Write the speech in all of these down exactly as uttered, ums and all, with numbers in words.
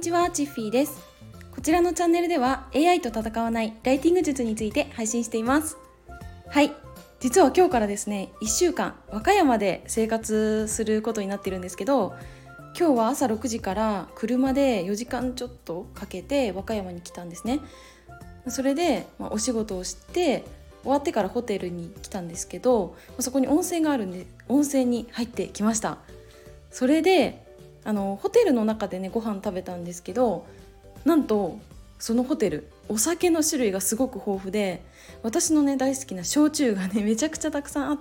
ちは、チッフィーです。こちらのチャンネルでは エーアイ と戦わないライティング術について配信しています。はい、実は今日からですね、いっしゅうかん和歌山で生活することになっているんですけど、今日は朝ろくじから車でよじかんちょっとかけて和歌山に来たんですね。それで、まあ、お仕事をして終わってからホテルに来たんですけど、そこに温泉があるんで温泉に入ってきました。それであのホテルの中でねご飯食べたんですけど、なんとそのホテルお酒の種類がすごく豊富で、私のね大好きな焼酎がねめちゃくちゃたくさんあって、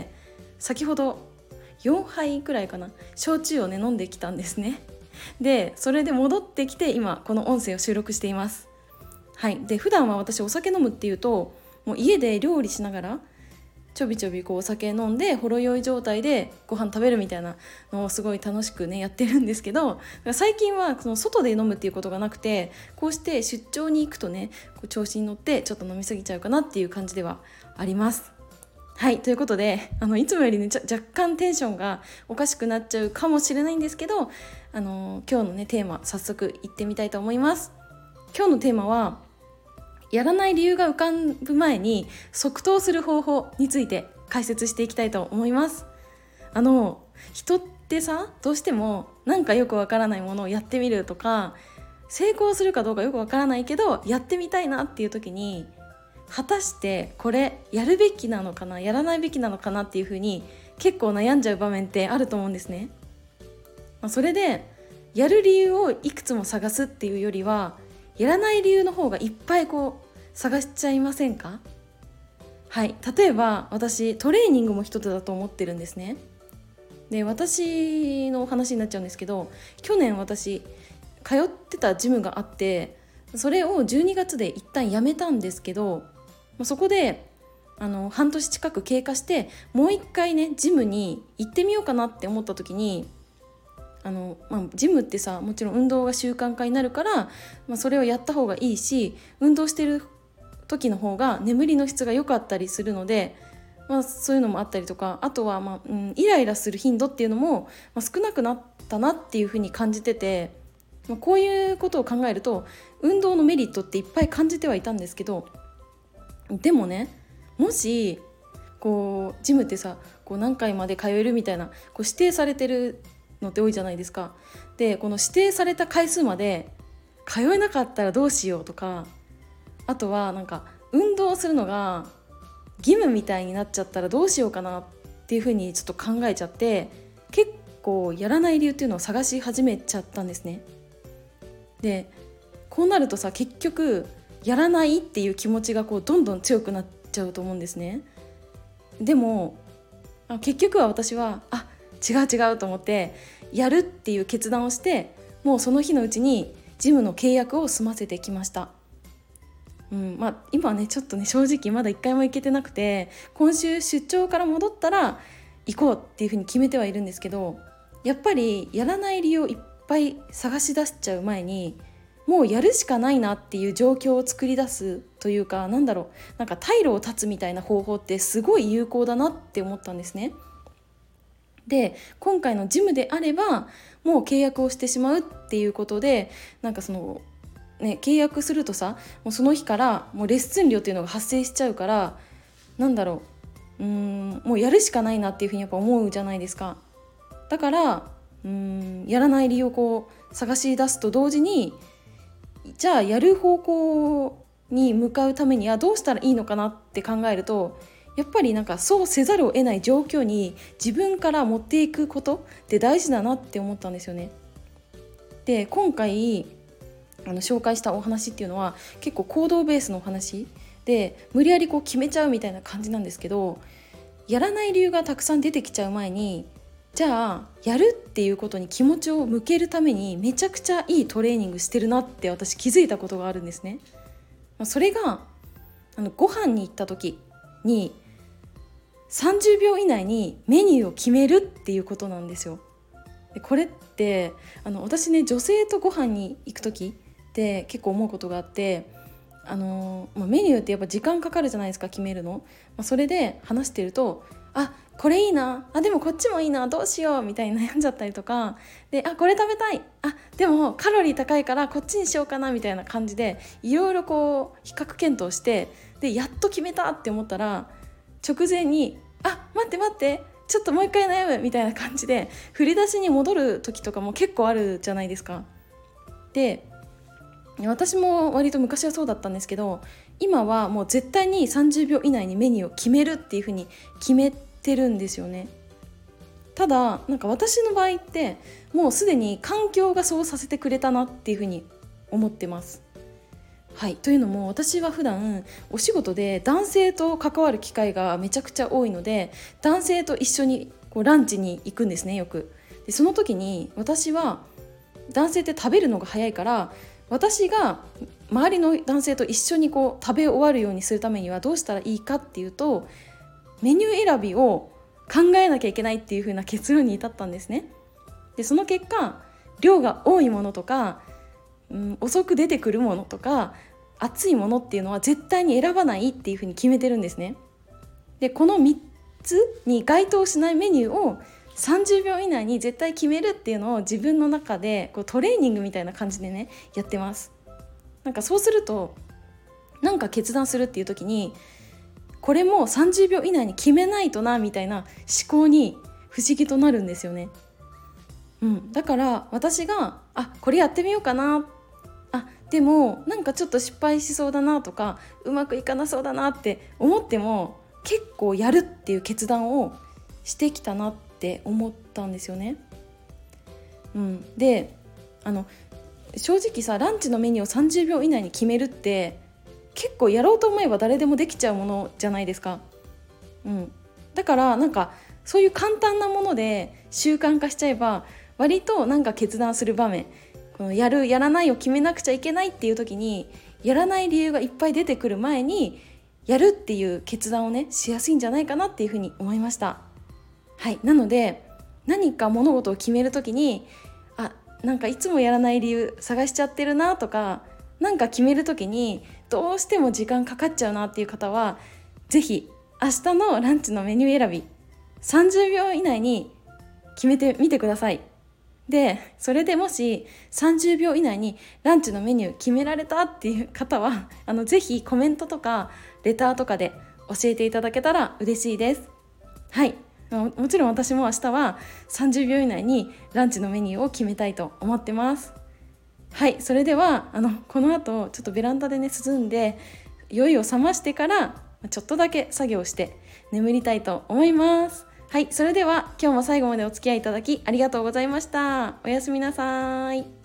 先ほどよんはいくらいかな焼酎をね飲んできたんですね。でそれで戻ってきて今この音声を収録しています。はい、で普段は私お酒飲むっていうと、もう家で料理しながらちょびちょびこうお酒飲んでほろ酔い状態でご飯食べるみたいなのをすごい楽しくねやってるんですけど、最近はその外で飲むっていうことがなくて、こうして出張に行くとねこう調子に乗ってちょっと飲みすぎちゃうかなっていう感じではあります。はい、ということであのいつもよりね若干テンションがおかしくなっちゃうかもしれないんですけど、あの今日のねテーマ早速いってみたいと思います。今日のテーマは、やらない理由が浮かぶ前に即答する方法について解説していきたいと思います。あの人ってさ、どうしてもなんかよくわからないものをやってみるとか、成功するかどうかよくわからないけどやってみたいなっていう時に、果たしてこれやるべきなのかな、やらないべきなのかなっていう風に結構悩んじゃう場面ってあると思うんですね。まあ、それでやる理由をいくつも探すっていうよりは、やらない理由の方がいっぱいこう探しちゃいませんか？はい、例えば私トレーニングも一つだと思ってるんですね。で私のお話になっちゃうんですけど、去年私通ってたジムがあって、それをじゅうにがつで一旦辞めたんですけど、そこであの半年近く経過してもう一回ねジムに行ってみようかなって思った時に、あの、まあ、ジムってさもちろん運動が習慣化になるから、まあ、それをやった方がいいし、運動してる時の方が眠りの質が良かったりするので、まあ、そういうのもあったりとか、あとは、まあうん、イライラする頻度っていうのも、まあ、少なくなったなっていうふうに感じてて、まあ、こういうことを考えると運動のメリットっていっぱい感じてはいたんですけど、でもね、もしこうジムってさこう何回まで通えるみたいなこう指定されてるのって多いじゃないですか。でこの指定された回数まで通えなかったらどうしようとか、あとはなんか運動するのが義務みたいになっちゃったらどうしようかなっていうふうにちょっと考えちゃって、結構やらない理由っていうのを探し始めちゃったんですね。でこうなるとさ、結局やらないっていう気持ちがこうどんどん強くなっちゃうと思うんですね。でも結局は私はあ違う違うと思ってやるっていう決断をして、もうその日のうちにジムの契約を済ませてきました。うんまあ、今はねちょっとね正直まだ一回も行けてなくて、今週出張から戻ったら行こうっていうふうに決めてはいるんですけど、やっぱりやらない理由をいっぱい探し出しちゃう前に、もうやるしかないなっていう状況を作り出すというか、なんだろうなんか退路を断つみたいな方法ってすごい有効だなって思ったんですね。で今回のジムであればもう契約をしてしまうっていうことで、なんかそのね契約するとさ、もうその日からもうレッスン料っていうのが発生しちゃうから、なんだろううーんもうやるしかないなっていうふうにやっぱ思うじゃないですか。だからうーんやらない理由をこう探し出すと同時に、じゃあやる方向に向かうためにはどうしたらいいのかなって考えると、やっぱりなんかそうせざるを得ない状況に自分から持っていくことって大事だなって思ったんですよね。で今回あの紹介したお話っていうのは結構行動ベースのお話で、無理やりこう決めちゃうみたいな感じなんですけど、やらない理由がたくさん出てきちゃう前に、じゃあやるっていうことに気持ちを向けるためにめちゃくちゃいいトレーニングしてるなって私気づいたことがあるんですね。それがあのご飯に行った時にさんじゅうびょう以内にメニューを決めるっていうことなんですよ。でこれってあの私ね女性とご飯に行く時って結構思うことがあって、あの、まあ、メニューってやっぱ時間かかるじゃないですか決めるの、まあ、それで話してると、あこれいいな、あでもこっちもいいな、どうしようみたいに悩んじゃったりとかで、あこれ食べたい、あでもカロリー高いからこっちにしようかなみたいな感じでいろいろこう比較検討して、でやっと決めたって思ったら直前にあ待って待ってちょっともう一回悩むみたいな感じで振り出しに戻る時とかも結構あるじゃないですか。で私も割と昔はそうだったんですけど、今はもう絶対にさんじゅうびょう以内にメニューを決めるっていう風に決めてるんですよね。ただなんか私の場合ってもうすでに環境がそうさせてくれたなっていう風に思ってます。はい、というのも私は普段お仕事で男性と関わる機会がめちゃくちゃ多いので、男性と一緒にこうランチに行くんですね、よく。でその時に私は男性って食べるのが早いから、私が周りの男性と一緒にこう食べ終わるようにするためにはどうしたらいいかっていうと、メニュー選びを考えなきゃいけないっていう風な結論に至ったんですね。でその結果、量が多いものとか、うん、遅く出てくるものとか熱いものっていうのは絶対に選ばないっていう風に決めてるんですね。でこのみっつに該当しないメニューをさんじゅうびょう以内に絶対決めるっていうのを自分の中でこうトレーニングみたいな感じでねやってます。なんかそうすると、なんか決断するっていう時にこれもさんじゅうびょう以内に決めないとなみたいな思考に不思議となるんですよね。うん、だから私があこれやってみようかな、あでもなんかちょっと失敗しそうだなとかうまくいかなそうだなって思っても結構やるっていう決断をしてきたなって思ったんですよね。うん、であの正直さ、ランチのメニューをさんじゅうびょう以内に決めるって結構やろうと思えば誰でもできちゃうものじゃないですか。うん、だからなんかそういう簡単なもので習慣化しちゃえば割となんか決断する場面、このやるやらないを決めなくちゃいけないっていう時にやらない理由がいっぱい出てくる前にやるっていう決断をねしやすいんじゃないかなっていうふうに思いました。はい、なので何か物事を決める時にあなんかいつもやらない理由探しちゃってるなとか、なんか決める時にどうしても時間かかっちゃうなっていう方はぜひ明日のランチのメニュー選びさんじゅうびょう以内に決めてみてください。でそれでもしさんじゅうびょう以内にランチのメニュー決められたっていう方はあのぜひコメントとかレターとかで教えていただけたら嬉しいです。はい、ももちろん私も明日はさんじゅうびょう以内にランチのメニューを決めたいと思ってます。はい、それではあのこの後ちょっとベランダでね涼んで酔いを覚ましてからちょっとだけ作業して眠りたいと思います。はい、それでは今日も最後までお付き合いいただきありがとうございました。おやすみなさい。